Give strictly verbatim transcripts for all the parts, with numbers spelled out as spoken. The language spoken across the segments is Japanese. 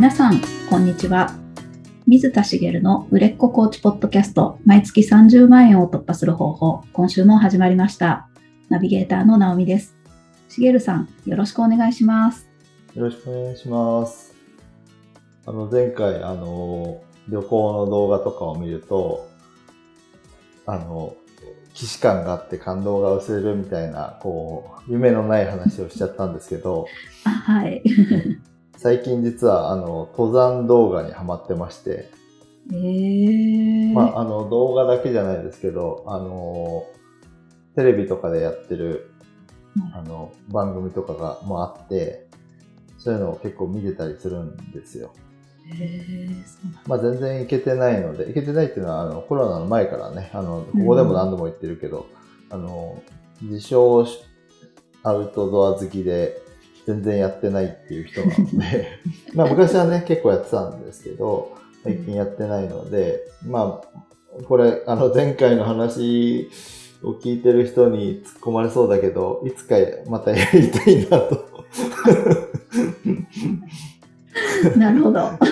皆さんこんにちは。水田茂の売れっ子コーチポッドキャスト、毎月さんじゅうまんえんを突破する方法、今週も始まりました。ナビゲーターの直美です。茂さん、よろしくお願いします。 よろしくお願いします。あの前回あの旅行の動画とかを見ると、あの既視感があって感動が薄れるみたいなこう夢のない話をしちゃったんですけど、 あ、はい。 最近実はあの登山動画にハマってまして、 えー、 まああの動画だけじゃないですけど、あのテレビとかでやってるあの番組とかがもあって、そういうのを結構見てたりするんですよ。 えー、そうなんまあ全然行けてないので、行けてないっていうのはあのコロナの前からね、あのここでも何度も言ってるけど、うん、あの自称アウトドア好きで全然やってないっていう人なので、まあ昔はね結構やってたんですけど、最近やってないので、まあこれあの前回の話を聞いてる人に突っ込まれそうだけど、いつかまたやりたいなと。 なるほど、 はい、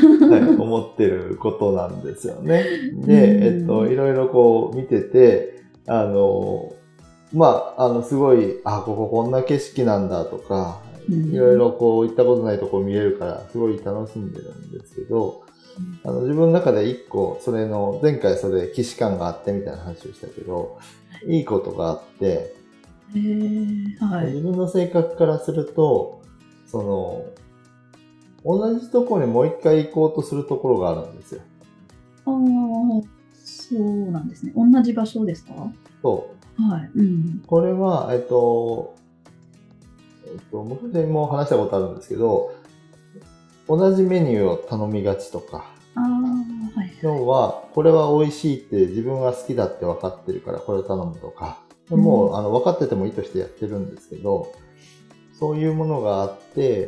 思ってることなんですよね。で、えっと、いろいろこう見てて、あの、まあ、あの、すごい、あ、こここんな景色なんだとか、いろいろこう行ったことないとこ見れるから、すごい楽しんでるんですけど、あの自分の中で一個、それの、前回それ、既視感があってみたいな話をしたけど、いいことがあって、 えーはい、 自分の性格からすると、その、同じところにもう一回行こうとするところがあるんですよ。 ああ、そうなんですね。同じ場所ですか？ そう。 はい。うん、これは、えっと、えっと、昔も話したことあるんですけど、同じメニューを頼みがちとか、 あはいはい、 今日はこれは美味しいって自分が好きだって分かってるからこれを頼むとか、もう、うん、あの分かってても意図してやってるんですけど、そういうものがあって、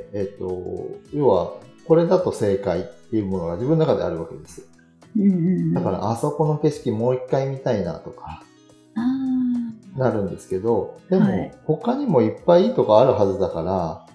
えっと、要はこれだと正解っていうものが自分の中であるわけです。 うんうんうん、 だからあそこの景色もう一回見たいなとかなるんですけど、でも他にもいっぱいいいとこあるはずだから、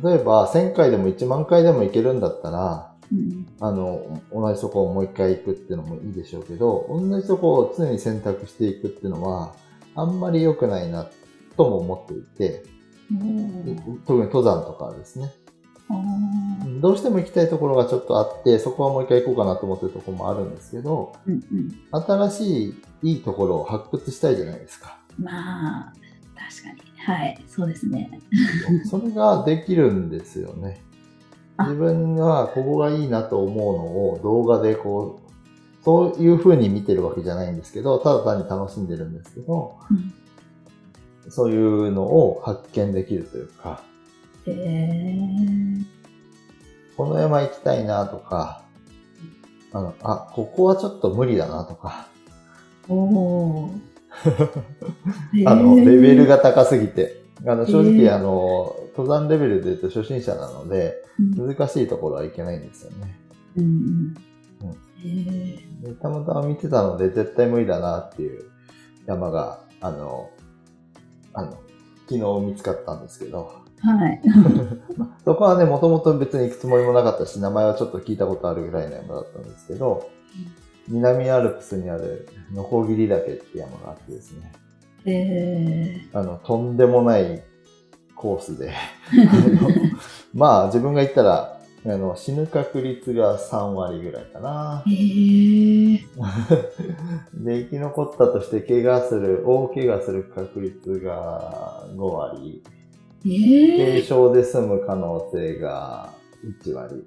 例えばせんかいでもいちまんかいでも行けるんだったら、うん、あの同じとこをもう一回行くっていうのもいいでしょうけど、同じとこを常に選択していくっていうのはあんまり良くないなとも思っていて、特に登山とかですね、どうしても行きたいところがちょっとあって、そこはもう一回行こうかなと思ってるところもあるんですけど、うんうん、新しいいいところを発掘したいじゃないですか。 まあ確かに、はい、そうですね。 それができるんですよね。自分がここがいいなと思うのを動画でこう、そういう風に見てるわけじゃないんですけど、ただ単に楽しんでるんですけど、うん、そういうのを発見できるというか、へー、この山行きたいなとか、あの、あ、ここはちょっと無理だなとか、おあの、レベルが高すぎて、あの、正直、あの、登山レベルで言うと初心者なので、難しいところはいけないんですよね。うんうんうん、たまたま見てたので、絶対無理だなっていう山が、あの、あの、昨日見つかったんですけど、はい。そこはね、もともと別に行くつもりもなかったし、名前はちょっと聞いたことあるぐらいの山だったんですけど、南アルプスにあるノコギリ岳って山があってですね、えー、あのとんでもないコースでまあ自分が行ったらあの死ぬ確率がさんわりぐらいかな、えー、で生き残ったとして怪我する大怪我する確率がごわり、えー、軽傷で済む可能性がいちわり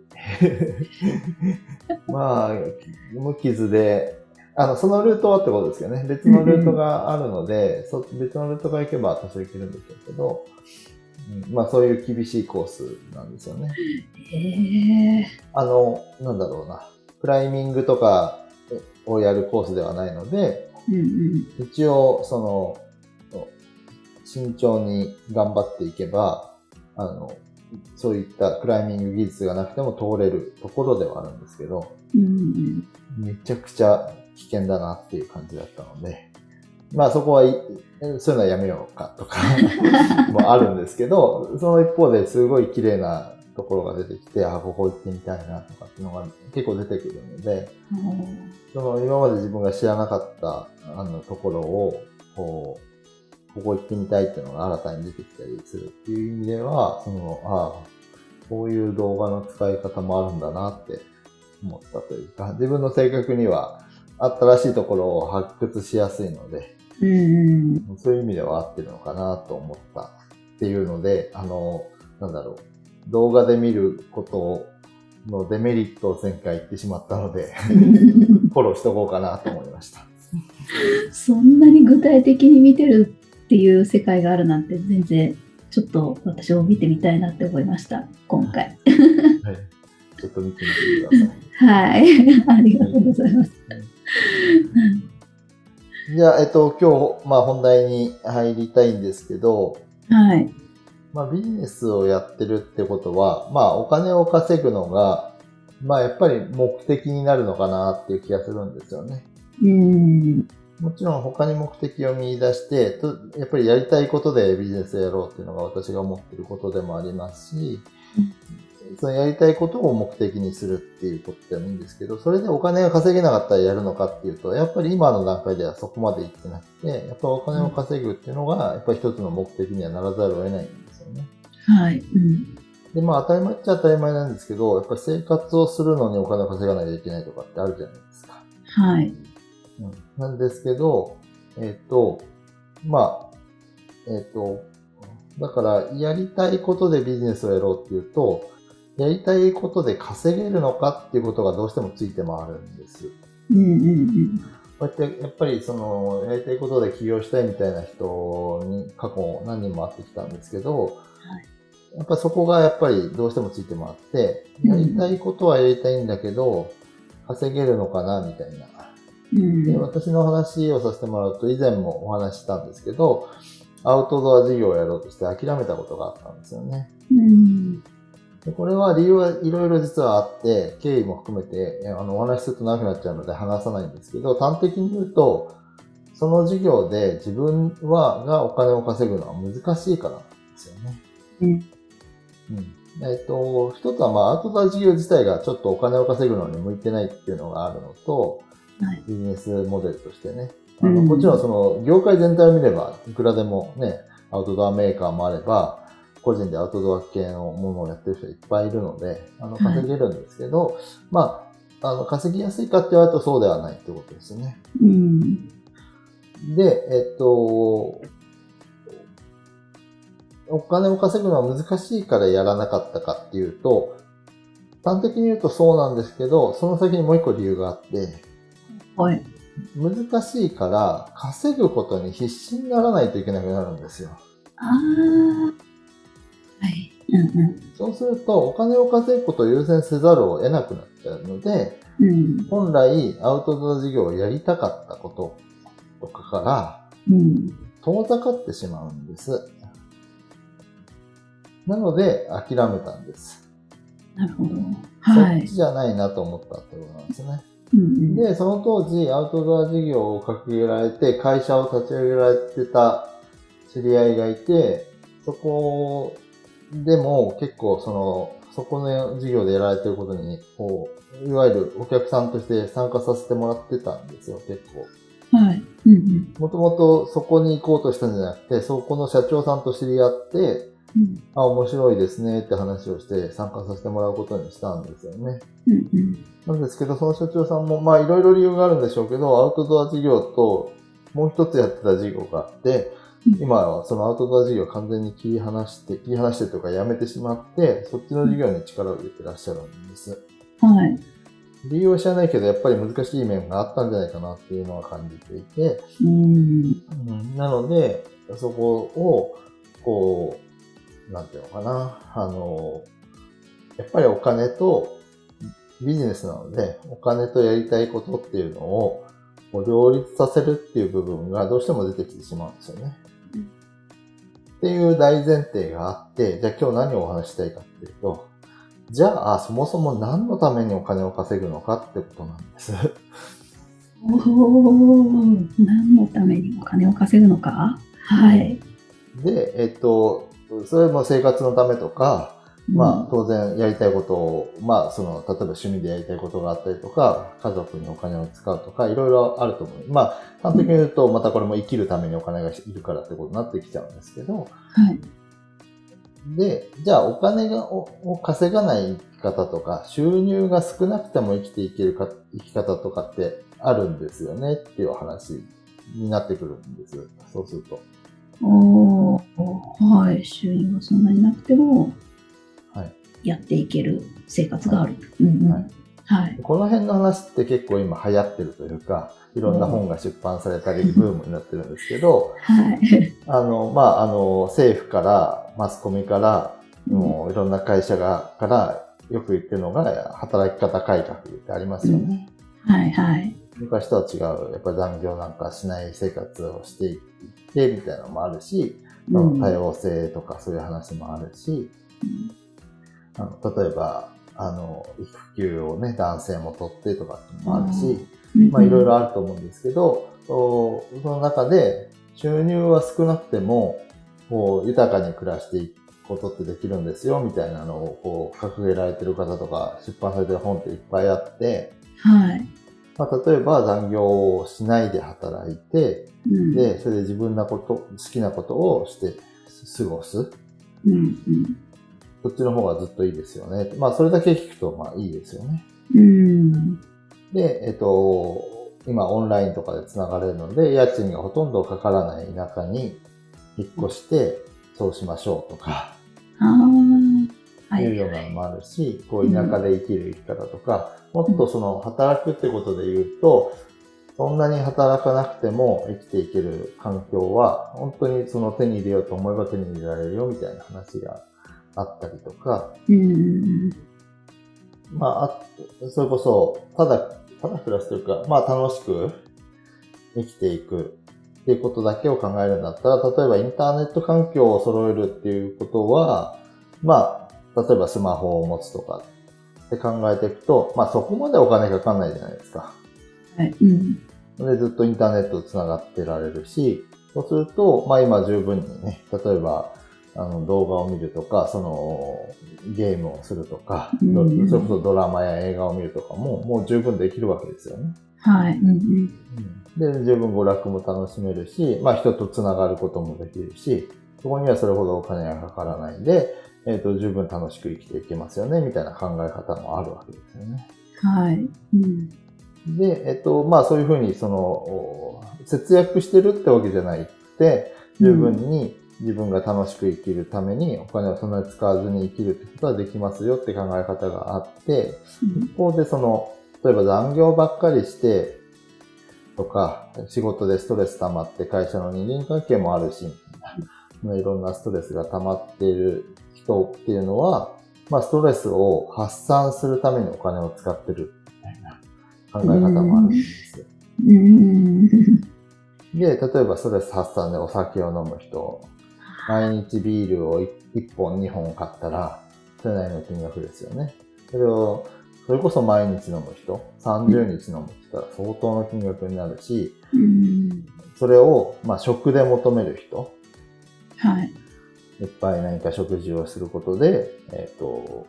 まあ無傷で、あのそのルートはってことですよね。別のルートがあるのでそ別のルートが行けば多少行けるんでしょうけど、うん、まあそういう厳しいコースなんですよね。へー、あのなんだろうな、クライミングとかをやるコースではないので、うんうん、一応その慎重に頑張っていけば、あのそういったクライミング技術がなくても通れるところではあるんですけど、うん、めちゃくちゃ危険だなっていう感じだったので、まあそこはそういうのはやめようかとかもあるんですけど、その一方ですごい綺麗なところが出てきて、あ、ここ行ってみたいなとかっていうのが結構出てくるので、うん、その今まで自分が知らなかったあのところを、こう、ここ行ってみたいっていうのが新たに出てきたりするっていう意味では、その、ああ、こういう動画の使い方もあるんだなって思ったというか、自分の性格には新しいところを発掘しやすいので、うんうん、そういう意味では合ってるのかなと思ったっていうので、あの、なんだろう、動画で見ることのデメリットを前回言ってしまったので、フォローしとこうかなと思いました。 そんなに具体的に見てるっていう世界があるなんて全然、ちょっと私も見てみたいなって思いました、今回。はい。 ちょっと見てみてください。 はい。ありがとうございます。 じゃあ、えっと、今日、まあ本題に入りたいんですけど、 はい。 まあビジネスをやってるってことは、まあお金を稼ぐのが、まあやっぱり目的になるのかなっていう気がするんですよね。うん。もちろん他に目的を見出して、やっぱりやりたいことでビジネスをやろうっていうのが私が思っていることでもありますし、うん、そのやりたいことを目的にするっていうことでもいいんですけど、それでお金が稼げなかったらやるのかっていうと、やっぱり今の段階ではそこまでいってなくて、やっぱお金を稼ぐっていうのが、やっぱり一つの目的にはならざるを得ないんですよね。 はい。うん、 で、まあ当たり前っちゃ当たり前なんですけど、やっぱり生活をするのにお金を稼がなきゃいけないとかってあるじゃないですか。 はい。 うん、なんですけど、えっと、まあ、えっと、だから、やりたいことでビジネスをやろうっていうと、やりたいことで稼げるのかっていうことがどうしてもついて回るんです。うんうんうん。こうやって、やっぱりその、やりたいことで起業したいみたいな人に過去何人も会ってきたんですけど、はい、やっぱそこがやっぱりどうしてもついて回って、やりたいことはやりたいんだけど、稼げるのかなみたいな。で、私の話をさせてもらうと、以前もお話ししたんですけど、アウトドア事業をやろうとして諦めたことがあったんですよね。うん、でこれは理由はいろいろ実はあって、経緯も含めてあのお話しすると長くなっちゃうので話さないんですけど、端的に言うと、その事業で自分はがお金を稼ぐのは難しいからなんですよね。うんうん、えっと、一つはまあアウトドア事業自体がちょっとお金を稼ぐのに向いてないっていうのがあるのと、はい、ビジネスモデルとしてね。あの、うん、もちろんその業界全体を見ればいくらでもね、アウトドアメーカーもあれば、個人でアウトドア系のものをやってる人いっぱいいるので、あの、稼げるんですけど、はい、まあ、あの、稼ぎやすいかって言われるとそうではないってことですね。うん、で、えっと、お金を稼ぐのは難しいからやらなかったかっていうと、端的に言うとそうなんですけど、その先にもう一個理由があって、はい、難しいから稼ぐことに必死にならないといけなくなるんですよ。ああ、はい。うんうん、そうするとお金を稼ぐことを優先せざるを得なくなっちゃうので、うん、本来アウトドア事業をやりたかったこととかから、うん、遠ざかってしまうんです。なので諦めたんです。なるほど。はい。そっちじゃないなと思ったってことなんですね。うんうん、で、その当時、アウトドア事業を掲げられて、会社を立ち上げられてた知り合いがいて、そこでも結構その、そこの事業でやられてることに、こう、いわゆるお客さんとして参加させてもらってたんですよ、結構。はい。うんうん。もともとそこに行こうとしたんじゃなくて、そこの社長さんと知り合って、うん、あ、面白いですねって話をして参加させてもらうことにしたんですよね。うんうん、なんですけど、その社長さんも、まあいろいろ理由があるんでしょうけど、アウトドア事業ともう一つやってた事業があって、今はそのアウトドア事業を完全に切り離して、切り離してとかやめてしまって、そっちの事業に力を入れてらっしゃるんです。はい。理由は知らないけど、やっぱり難しい面があったんじゃないかなっていうのは感じていて、うん、なので、そこを、こう、なんていうのかな、あの、やっぱりお金とビジネスなので、お金とやりたいことっていうのを両立させるっていう部分がどうしても出てきてしまうんですよね。うん、っていう大前提があって、じゃあ今日何をお話したいかっていうと、じゃあそもそも何のためにお金を稼ぐのかってことなんです。おー、何のためにお金を稼ぐのか？はい。で、えっと、それも生活のためとか、 まあ当然やりたいことを、まあその、例えば趣味でやりたいことがあったりとか、家族にお金を使うとか、いろいろあると思う。まあ端的に言うと、またこれも生きるためにお金がいるからってことになってきちゃうんですけど、 はい。 で、じゃあお金がをを稼がない生き方とか、収入が少なくても生きていけるか生き方とかってあるんですよねっていう話になってくるんですよ。そうすると。 おー、はい。収入はそんなになくても、 はい。 やっていける生活がある。 はいうんうん。 はいはい。 この辺の話って結構今流行ってるというか、いろんな本が出版されたりブームになってるんですけど、 はい。 あの、まあ、あの、政府からマスコミから、もういろんな会社がからよく言ってるのが働き方改革ってありますよね。 うん、はいはい。 昔とは違う、やっぱり残業なんかしない生活をしていってみたいなのもあるし、うん、多様性とかそういう話もあるし、うん、あの例えば、あの、育休をね、男性も取ってとかってもあるし、まあいろいろあると思うんですけど、その中で収入は少なくても、こう、豊かに暮らしていくことってできるんですよ、みたいなのを、こう、掲げられてる方とか、出版されてる本っていっぱいあって、 はい。 まあ、例えば残業をしないで働いて、うん、で、それで自分のこと、好きなことをして過ごす。うんうん、そっちの方がずっといいですよね。まあ、それだけ聞くと、まあいいですよね。うん、で、えっと、今オンラインとかでつながれるので、家賃がほとんどかからない田舎に引っ越して、そうしましょうとか、あいうようなのもあるし、こう田舎で生きる生き方とか、もっとその働くってことで言うと、そんなに働かなくても生きていける環境は、本当にその手に入れようと思えば手に入れられるよみたいな話があったりとか、うん、まあ、それこそ、ただ、ただ暮らすというか、まあ楽しく生きていくっていうことだけを考えるんだったら、例えばインターネット環境を揃えるっていうことは、まあ、例えばスマホを持つとかって考えていくと、まあそこまでお金かかんないじゃないですか。はい。うん。で、ずっとインターネットつながってられるし、そうすると、まあ今十分にね、例えば、あの動画を見るとか、そのゲームをするとか、うん、それこそドラマや映画を見るとかも、もう十分できるわけですよね。はい。うんうん、で、十分娯楽も楽しめるし、まあ人とつながることもできるし、そこにはそれほどお金がかからないんで、えっと、十分楽しく生きていけますよね、みたいな考え方もあるわけですよね。はい。うん、で、えっと、まあそういうふうに、その、節約してるってわけじゃなくて、十分に自分が楽しく生きるためにお金をそんなに使わずに生きるってことはできますよって考え方があって、一方でその、例えば残業ばっかりして、とか、仕事でストレス溜まって会社の人間関係もあるし、いろんなストレスが溜まっている人っていうのは、まあストレスを発散するためにお金を使ってるみたいな考え方もあるんですよ。で、例えばストレス発散でお酒を飲む人、毎日ビールをいっぽんにほん買ったら、それなりの金額ですよね。それを、それこそ毎日飲む人、さんじゅうにち飲む人は相当の金額になるし、うん、それを、まあ、食で求める人、はい。いっぱい何か食事をすることで、えっと、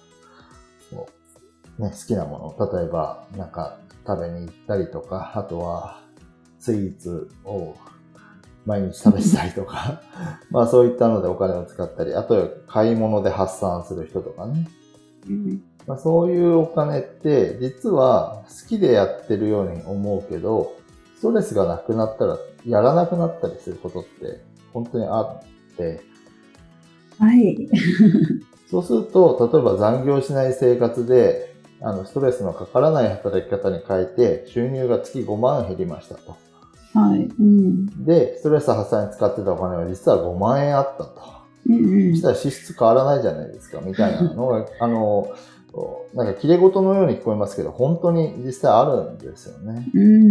ね、好きなもの、例えば、なんか食べに行ったりとか、あとは、スイーツを毎日食べたりとか、まあそういったのでお金を使ったり、あとは買い物で発散する人とかね。うんまあ、そういうお金って実は好きでやってるように思うけど、ストレスがなくなったらやらなくなったりすることって本当にあって。はい。そうすると、例えば残業しない生活で、あの、ストレスのかからない働き方に変えて収入が月ごまん減りましたと。はい。うん、で、ストレス発散に使ってたお金は実はごまんえんあったと。うんうん、そしたら支出変わらないじゃないですか、みたいなのが、あの、なんか切れ事のように聞こえますけど、本当に実際あるんですよね。うんうん、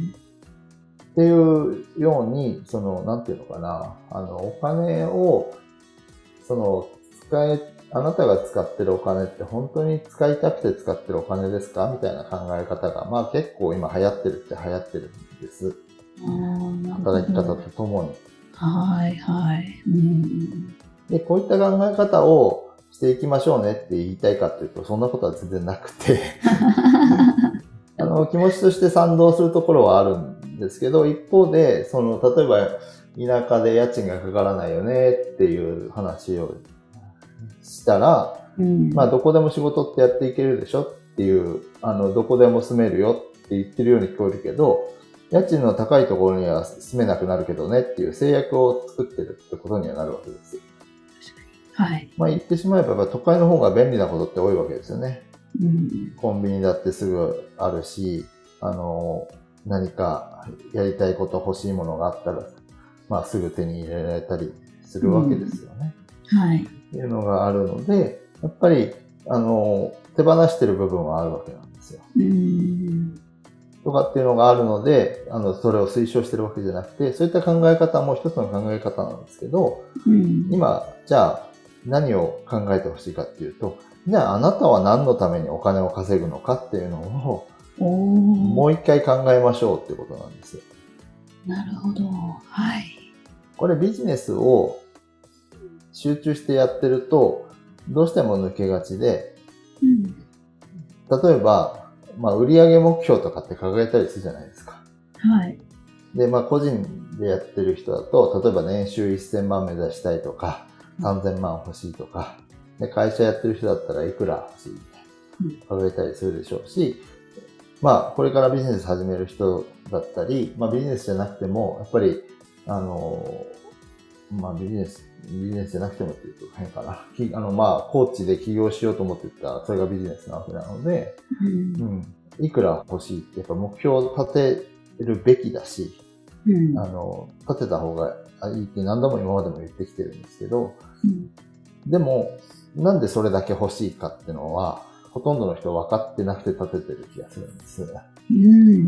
っていうように、その、なんていうのかな、あの、お金を、その、使え、あなたが使ってるお金って本当に使いたくて使ってるお金ですかみたいな考え方が、まあ結構今流行ってるって流行ってるんです。働き方とともに。はいはい、うん。で、こういった考え方をしていきましょうねって言いたいかっていうと、そんなことは全然なくてあの気持ちとして賛同するところはあるんですけど、一方でその例えば田舎で家賃がかからないよねっていう話をしたら、うん、まあどこでも仕事ってやっていけるでしょっていう、あのどこでも住めるよって言ってるように聞こえるけど、家賃の高いところには住めなくなるけどねっていう制約を作ってるってことにはなるわけですよ。 はい。 まあ言ってしまえば都会の方が便利なことって多いわけですよね。うん、コンビニだってすぐあるし、あの何かやりたいこと欲しいものがあったら、まあすぐ手に入れられたりするわけですよね。 うん、はい。 っていうのがあるので、やっぱりあの手放してる部分はあるわけなんですよ。うんとかっていうのがあるので、あのそれを推奨してるわけじゃなくて、そういった考え方も一つの考え方なんですけど、うん、今じゃあ何を考えてほしいかっていうと、じゃああなたは何のためにお金を稼ぐのかっていうのをもう一回考えましょうっていうことなんですよ。 なるほど。はい。 これビジネスを集中してやってるとどうしても抜けがちで、うん、例えば、まあ、売上目標とかって掲げたりするじゃないですか。 はい。 で、まあ個人でやってる人だと、例えば年収せんまん目指したいとか、さんぜんまん欲しいとか、で会社やってる人だったらいくら欲しいって掲げたりするでしょうし、まあこれからビジネス始める人だったり、まあビジネスじゃなくても、やっぱり、あの、まあビジネス、ビジネスじゃなくてもって言うと変かな。きあのまあコーチで起業しようと思ってたら、それがビジネスなわけなので、うん、うん、いくら欲しいってやっぱ目標を立てるべきだし、うん、あの立てた方がいいって何度も今までも言ってきてるんですけど、うん、でもなんでそれだけ欲しいかっていうのはほとんどの人分かってなくて立ててる気がするんです。うんうんうん、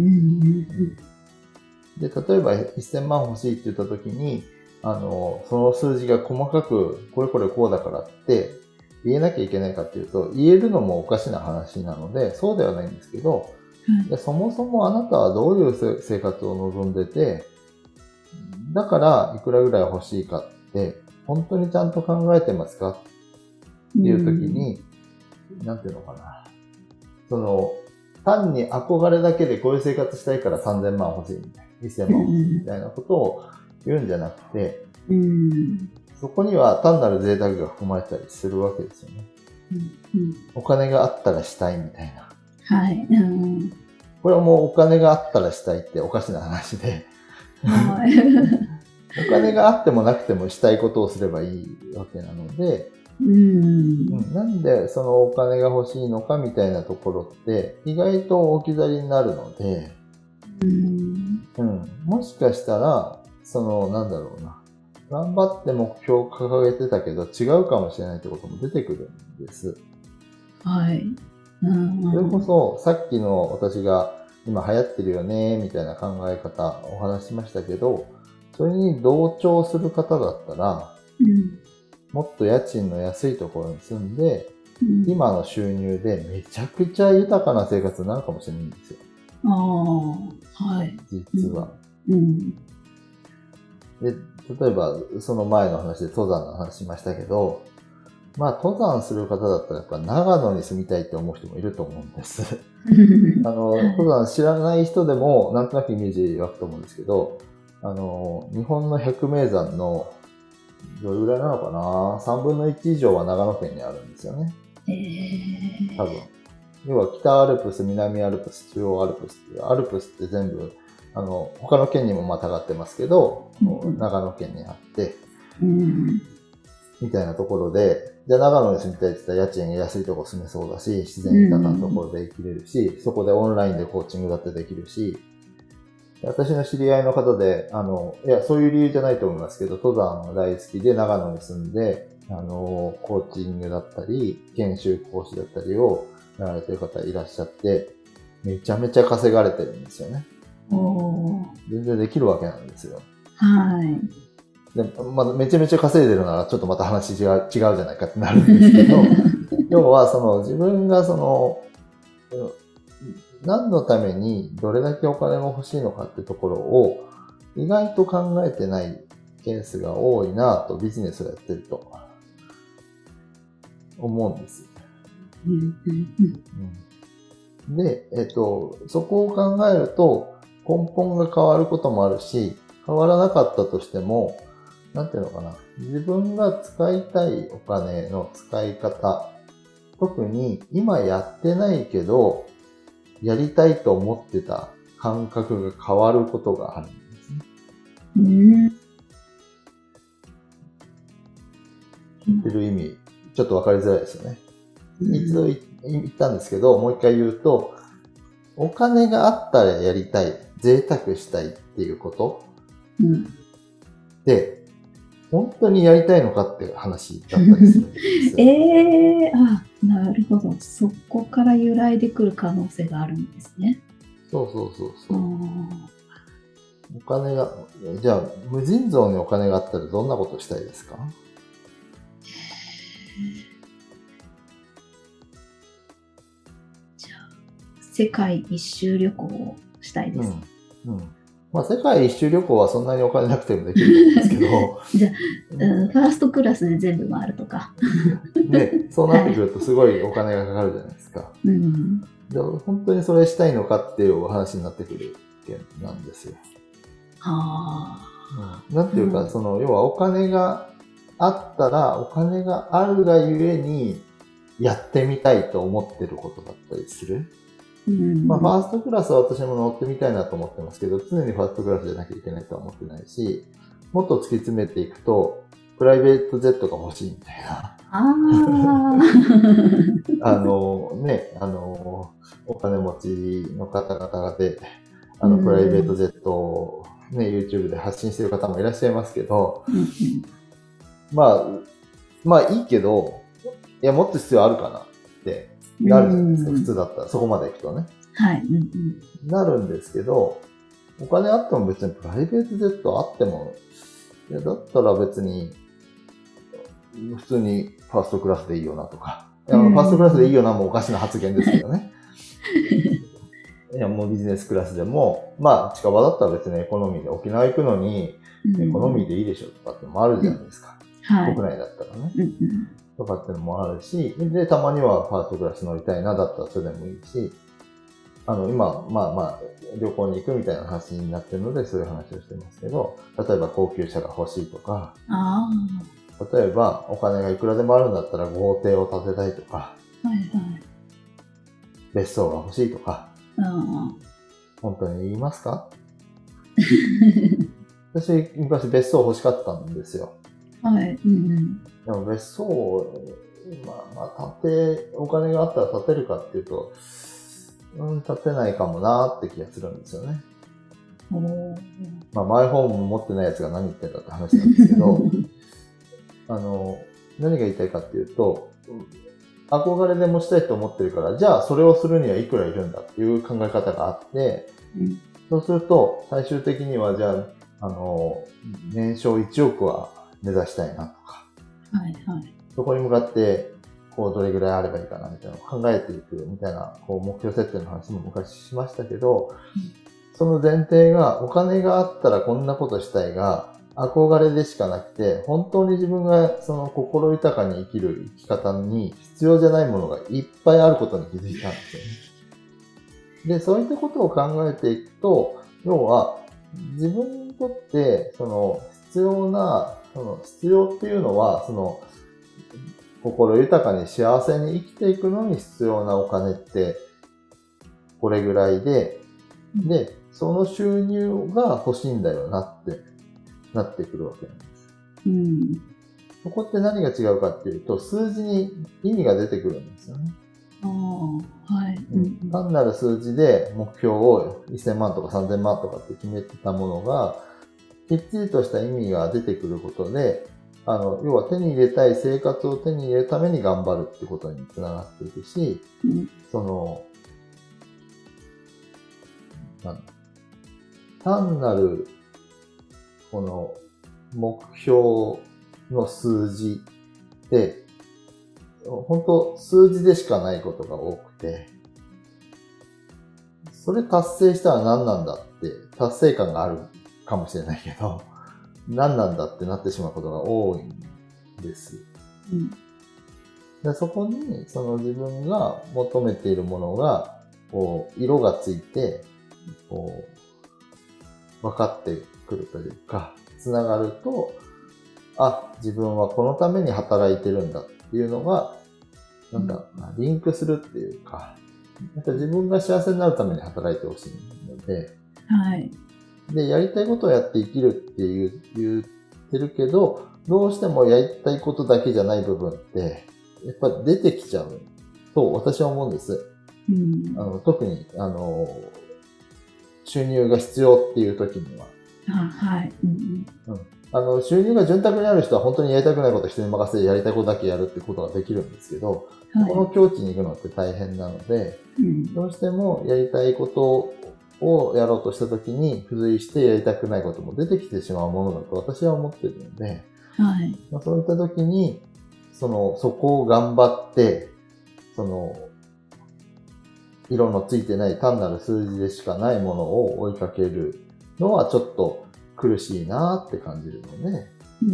で例えばせんまん欲しいって言った時にあのその数字が細かくこれこれこうだからって言えなきゃいけないかっていうと言えるのもおかしな話なのでそうではないんですけど、でそもそもあなたはどういう生活を望んでて、だからいくらぐらい欲しいかって本当にちゃんと考えてますかっていう時に、うん、なんていうのかな、その単に憧れだけでこういう生活したいからさんぜんまん欲しいみたいな、せんまん欲しいみたいなことを言うんじゃなくて、うん、そこには単なる贅沢が含まれたりするわけですよね。うんうん、お金があったらしたいみたいな。 はい。うん、 これはもうお金があったらしたいっておかしな話で、はい、お金があってもなくてもしたいことをすればいいわけなので、うん、なんでそのお金が欲しいのかみたいなところって意外と置き去りになるので、うんうん、もしかしたらそのなんだろうな、頑張って目標を掲げてたけど違うかもしれないってことも出てくるんです。 はい。うんうん、 それこそさっきの私が今流行ってるよねみたいな考え方お話しましたけど、それに同調する方だったら、うん、もっと家賃の安いところに住んで、うん、今の収入でめちゃくちゃ豊かな生活になるかもしれないんですよ。 ああ、はい。 実は。 うんうん、 で、例えばその前の話で登山の話しましたけど、まあ登山する方だったらやっぱ長野に住みたいって思う人もいると思うんです。あの登山知らない人でもなんとなくイメージ湧くと思うんですけど、あの日本の百名山のどれぐらいなのかな、さんぶんのいち以上は長野県にあるんですよね。えー、多分。要は北アルプス、南アルプス、中央アルプスっていう、アルプスって全部あの他の県にもまたがってますけど、うん、長野県にあって、うん、みたいなところで、じゃあ長野に住みたいって言ったら家賃安いとこ住めそうだし、自然豊かなところで生きれるし、うん、そこでオンラインでコーチングだってできるし、私の知り合いの方で、あの、いや、そういう理由じゃないと思いますけど、登山が大好きで長野に住んで、あの、コーチングだったり、研修講師だったりをやられてる方いらっしゃって、めちゃめちゃ稼がれてるんですよね。お全然できるわけなんですよ。 はい。 でまあ、めちゃめちゃ稼いでるならちょっとまた話違う、違うじゃないかってなるんですけど、要はその自分がその、何のためにどれだけお金が欲しいのかってところを意外と考えてないケースが多いなと、ビジネスをやってると。 思うんですよ。 うんうんうん、で、えっと、そこを考えると根本が変わることもあるし、変わらなかったとしても、なんていうのかな、自分が使いたいお金の使い方、特に今やってないけど、やりたいと思ってた感覚が変わることがあるんですね。 うん。 言ってる意味、ちょっとわかりづらいですよね。一度言ったんですけど、もう一回言うと、お金があったらやりたい、贅沢したいっていうこと、 うん、 で、本当にやりたいのかっていう話だったりするんですよ。 ええー、あ、なるほど。そこから由来でくる可能性があるんですね。 そうそうそうそう。お金が、じゃあ、無尽蔵にお金があったらどんなことしたいですか？ じゃあ、世界一周旅行をしたいです。 うん。うん。まあ、世界一周旅行はそんなにお金なくてもできると思うんですけど。 じゃあ、うん、ファーストクラスで全部回るとか。 ね、そうなってくるとすごいお金がかかるじゃないですか。 うん、 で本当にそれしたいのかっていうお話になってくる件なんですよ。 はあ、うん、なんていうか、うん、その要はお金があったらお金があるがゆえにやってみたいと思ってることだったりする。うん、まあ、ファーストクラスは私も乗ってみたいなと思ってますけど、常にファーストクラスじゃなきゃいけないとは思ってないし、もっと突き詰めていくとプライベートジェットが欲しいみたいな。ああのね、あの、お金持ちの方々で、あの、プライベートジェットをね、YouTube で発信している方もいらっしゃいますけど、うん、まあ、まあいいけど、いや、もっと必要あるかなってなるじゃないですか、普通だったら。そこまで行くとね。 はい。うんうん、 なるんですけど、お金あっても別にプライベートジェットあっても、いや、だったら別に、普通にファーストクラスでいいよなとか。いや、ファーストクラスでいいよなもおかしな発言ですけどね。いや、もうビジネスクラスでも、まあ近場だったら別にエコノミーで沖縄行くのに、エコノミーでいいでしょとかってのもあるじゃないですか。うん、はい、国内だったらね。うんうん、とかってのもあるし、で、たまにはファーストクラス乗りたいなだったらそれでもいいし、あの、今、まあまあ、旅行に行くみたいな話になってるので、そういう話をしてますけど、例えば高級車が欲しいとか、あ例えばお金がいくらでもあるんだったら豪邸を建てたいとか、はいはい、別荘が欲しいとか、本当に言いますか？私、昔別荘欲しかったんですよ。はい。うんうん、でも別荘を、まあまあ、建て、お金があったら建てるかっていうと、うん、建てないかもなーって気がするんですよね。まあ、マイホーム持ってないやつが何言ってんだって話なんですけど、あの、何が言いたいかっていうと、憧れで持ちたいと思ってるから、じゃあそれをするにはいくらいるんだっていう考え方があって、うん、そうすると最終的にはじゃあ、あの、年商いちおくは目指したいなとか、はいはい、そこに向かってこうどれぐらいあればいいかなみたいなのを考えていくみたいなこう目標設定の話も昔しましたけど、うん、その前提がお金があったらこんなことしたいが憧れでしかなくて、本当に自分がその心豊かに生きる生き方に必要じゃないものがいっぱいあることに気づいたんですよね。で、そういったことを考えていくと、要は自分にとってその必要な、その必要っていうのは、その心豊かに幸せに生きていくのに必要なお金ってこれぐらいで、で、その収入が欲しいんだよなってなってくるわけなんです。うん、そこって何が違うかっていうと、数字に意味が出てくるんですよね。あはいうん、単なる数字で目標をせんまんとかさんぜんまんとかって決めてたものが、きっちりとした意味が出てくることで、あの、要は手に入れたい生活を手に入れるために頑張るってことにつながっていくし、うん、その、なん単なるこの目標の数字って本当数字でしかないことが多くて、それ達成したら何なんだって達成感があるかもしれないけど、何なんだってなってしまうことが多いんです。うん、 でそこにその自分が求めているものがこう色がついてこう分かってくるというか、つながると、あ、自分はこのために働いてるんだっていうのがなんだろうな、リンクするっていうか、なんか自分が幸せになるために働いてほしいので、 はい。 で、やりたいことをやって生きるっていう言ってるけど、どうしてもやりたいことだけじゃない部分って、やっぱ出てきちゃうと私は思うんです。 うん、 あの特にあの収入が必要っていう時には。 あ、はい。うんうん、あの収入が潤沢にある人は本当にやりたくないことを人に任せてやりたいことだけやるってことができるんですけど、はい、この境地に行くのって大変なので、うん、どうしてもやりたいことをやろうとした時に付随してやりたくないことも出てきてしまうものだと私は思っているので、はい、まあ、そういった時にそのそこを頑張ってその色のついてない単なる数字でしかないものを追いかけるのはちょっと苦しいなって感じるので、うん、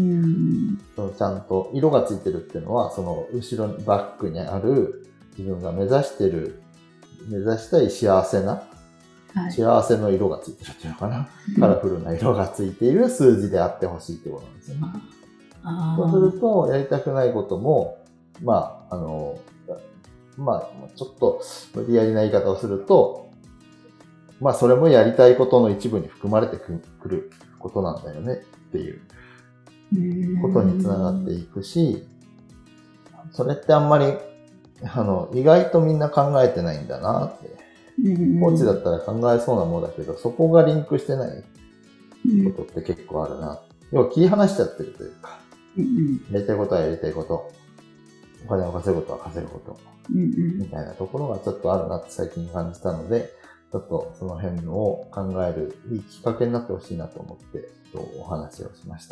そのちゃんと色がついてるっていうのはその後ろにバックにある自分が目指してる目指したい幸せな、はい、幸せの色がついてるっていうのかな、うん、カラフルな色がついている数字であってほしいってことなんですよね。あそうするとやりたくないこともまああのまあちょっと無理やりな言い方をするとまあそれもやりたいことの一部に含まれてくることなんだよねっていうことにつながっていくし、それってあんまりあの意外とみんな考えてないんだなって。コーチだったら考えそうなものだけど、そこがリンクしてないことって結構あるな。要は切り離しちゃってるというか、やりたいことはやりたいこと、お金を稼ぐことは稼ぐこと、みたいなところがちょっとあるなって最近感じたので、ちょっとその辺を考えるいいきっかけになってほしいなと思ってお話をしました。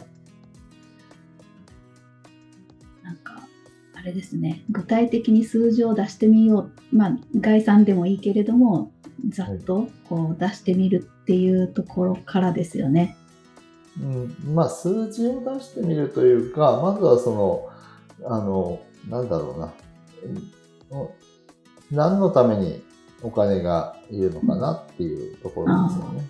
なんかあれですね、具体的に数字を出してみよう、まあ概算でもいいけれどもざっとこう出してみるっていうところからですよね。 うん、まあ数字を出してみるというか、まずはそのあのなんだろうな、何のためにお金がいるのかなっていうところですよね。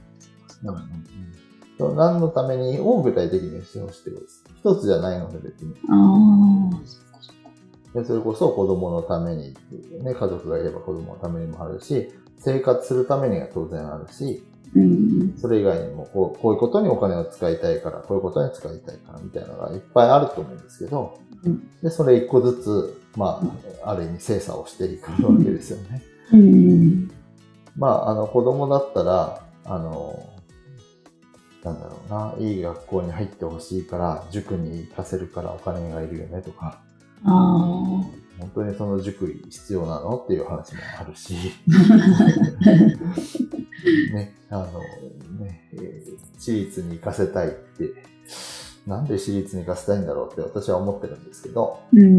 うんうん、何のためにを具体的にしてほしいです。一つじゃないので別に。あでそれこそ子供のためにっていうね、家族がいれば子供のためにもあるし、生活するためには当然あるし、うん、それ以外にもこう、こういうことにお金を使いたいから、こういうことに使いたいからみたいなのがいっぱいあると思うんですけど、うん、でそれ一個ずつ、まあ、ある意味精査をしていくわけですよね。うん、まあ、あの子供だったら、あの、なんだろうな、いい学校に入ってほしいから、塾に行かせるからお金がいるよねとか、あ本当にその塾必要なのっていう話もあるし、ね、あのね、私立に行かせたいって、なんで私立に行かせたいんだろうって私は思ってるんですけど、うんうん、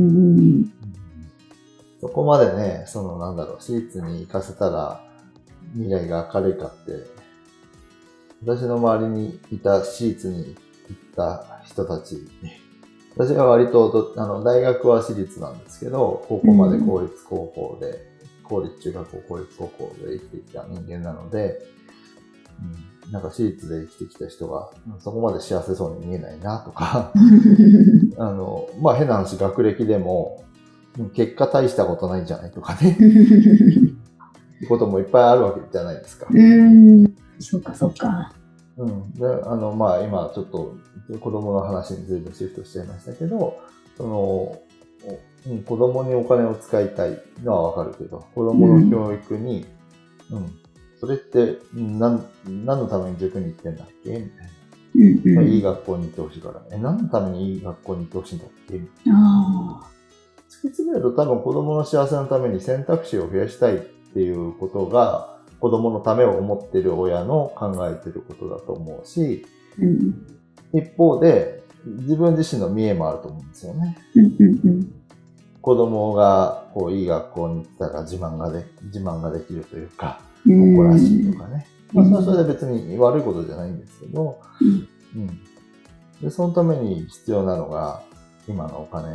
そこまでね、そのなんだろう、私立に行かせたら未来が明るいかって、私の周りにいた私立に行った人たち、私は割とあの大学は私立なんですけど、高校まで公立高校で、うん、公立中学校、公立高校で生きてきた人間なので、うん、なんか私立で生きてきた人がそこまで幸せそうに見えないなとか、あの、まあ変な話、学歴でも結果大したことないんじゃないとかね、いうこともいっぱいあるわけじゃないですか。 うーん、そうかそうか。 うん、であのまあ今ちょっと子供の話に随分シフトしちゃいましたけど、その、うん、子供にお金を使いたいのはわかるけど、子供の教育に、うん、うん、それって何何のために塾に行ってんだっけみたいな、うんうん、いい学校に行ってほしいから、え何のためにいい学校に行ってほしいんだっけみたいな。突き詰めると多分子供の幸せのために選択肢を増やしたいっていうことが子供のためを思っている親の考えていることだと思うし、うん、一方で自分自身の見栄もあると思うんですよね。うんうんうん、子供がこういい学校に行ったら自慢がで自慢ができるというか、誇らしいとかね。うん、まあそれはそれで別に悪いことじゃないんですけど、うんうん、でそのために必要なのが今のお金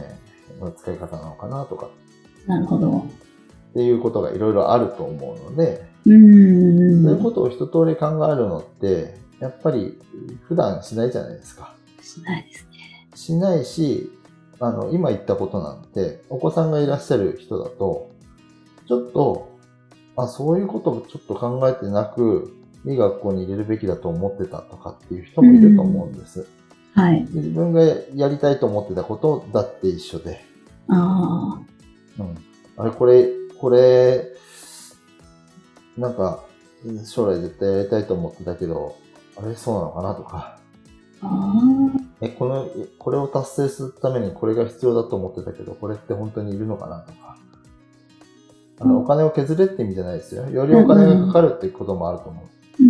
の使い方なのかなとか。 なるほど。 っていうことがいろいろあると思うので、 うーん。 そういうことを一通り考えるのって、やっぱり普段しないじゃないですか。 しないですね。 しないし、あの、今言ったことなんて、お子さんがいらっしゃる人だと、ちょっと、あ、そういうことをちょっと考えてなく、いい学校に入れるべきだと思ってたとかっていう人もいると思うんです。 はい。 で自分がやりたいと思ってたことだって一緒で。 ああ。うん。あれ、これ、これ、なんか、将来絶対やりたいと思ってたけど、あれ、そうなのかなとか。 あ。ああ。 え、この、これを達成するためにこれが必要だと思ってたけど、これって本当にいるのかなとか。あの、お金を削れって意味じゃないですよ。よりお金がかかるっていうこともあると思う。 うん。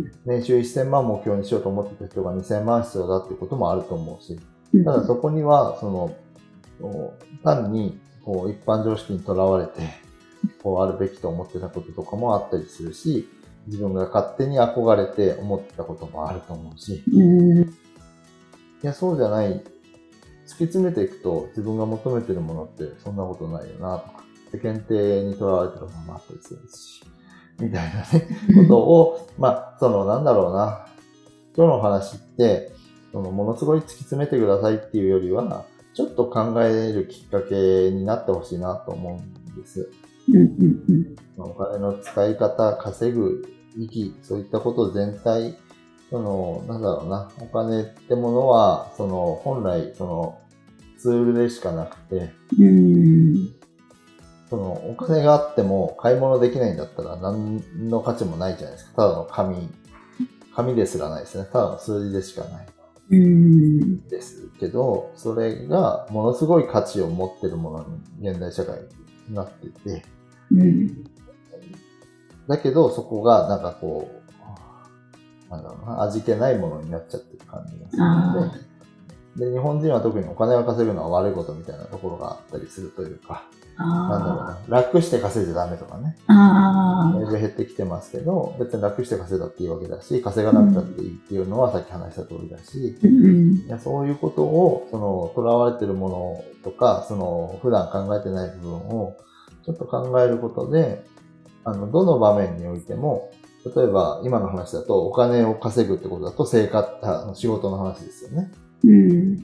年収せんまん目標にしようと思ってた人がにせんまん必要だっていうこともあると思うし。ただそこには、その、単に、こう、一般常識にとらわれて、こうあるべきと思ってたこととかもあったりするし、自分が勝手に憧れて思ってたこともあると思うし。 うん。 いや、そうじゃない。突き詰めていくと自分が求めてるものってそんなことないよなとか、世間体にとらわれてるものもあったりするし、みたいなね、ことを、まあ、その、なんだろうな。今日の話って、その、ものすごい突き詰めてくださいっていうよりは、ちょっと考えるきっかけになってほしいなと思うんです。 うんうんうん、 お金の使い方、稼ぐ意義、そういったこと全体、その、なんだろうな、お金ってものは、その、本来、その、ツールでしかなくて、 うん、 その、お金があっても買い物できないんだったら何の価値もないじゃないですか。ただの紙、紙ですらないですね。ただの数字でしかない。 うんですけど、それがものすごい価値を持ってるものに現代社会になっていて、 うん、 だけどそこがなんかこう、なんだろうな、味気ないものになっちゃってる感じがするので、で、日本人は特にお金を稼ぐのは悪いことみたいなところがあったりするというか、なんだろうな、楽して稼いじゃダメとかね。 ああ。 減ってきてますけど、別に楽して稼いだっていいわけだし、稼がなくたっていいっていうのはさっき話した通りだし、 うん、 いやそういうことを、その、囚われてるものとか、その、普段考えてない部分を、ちょっと考えることで、あの、どの場面においても、例えば、今の話だと、お金を稼ぐってことだと、生活、仕事の話ですよね。 うん、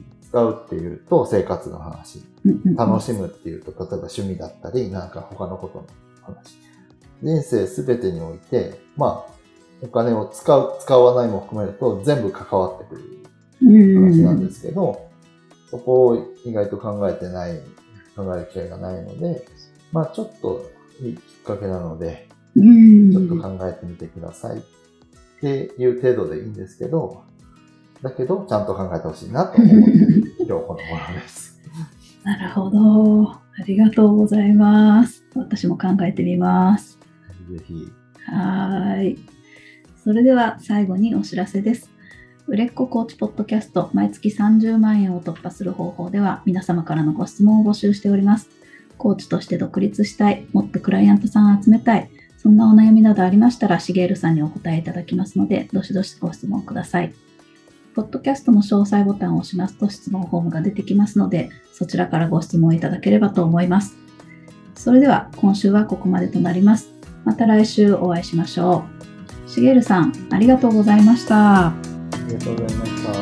使うっていうと、生活の話。 うん、 楽しむっていうと、例えば趣味だったり、なんか他のことの話。人生すべてにおいて、まあ、お金を使う、使わないも含めると全部関わってくる話なんですけど、うん、そこを意外と考えてない、考える機会がないので、まあちょっといいきっかけなので、うん、ちょっと考えてみてくださいっていう程度でいいんですけど、だけどちゃんと考えてほしいなと思って今日このものです。 なるほど。ありがとうございます。私も考えてみます。 ぜひ。 はい。それでは最後にお知らせです。売れっ子コーチポッドキャスト毎月さんじゅうまんえんを突破する方法では皆様からのご質問を募集しております。コーチとして独立したい、もっとクライアントさんを集めたい、そんなお悩みなどありましたらしげるさんにお答えいただきますので、どしどしご質問ください。ポッドキャストの詳細ボタンを押しますと質問フォームが出てきますので、そちらからご質問いただければと思います。それでは今週はここまでとなります。また来週お会いしましょう。しげるさん、ありがとうございました。 ありがとうございました。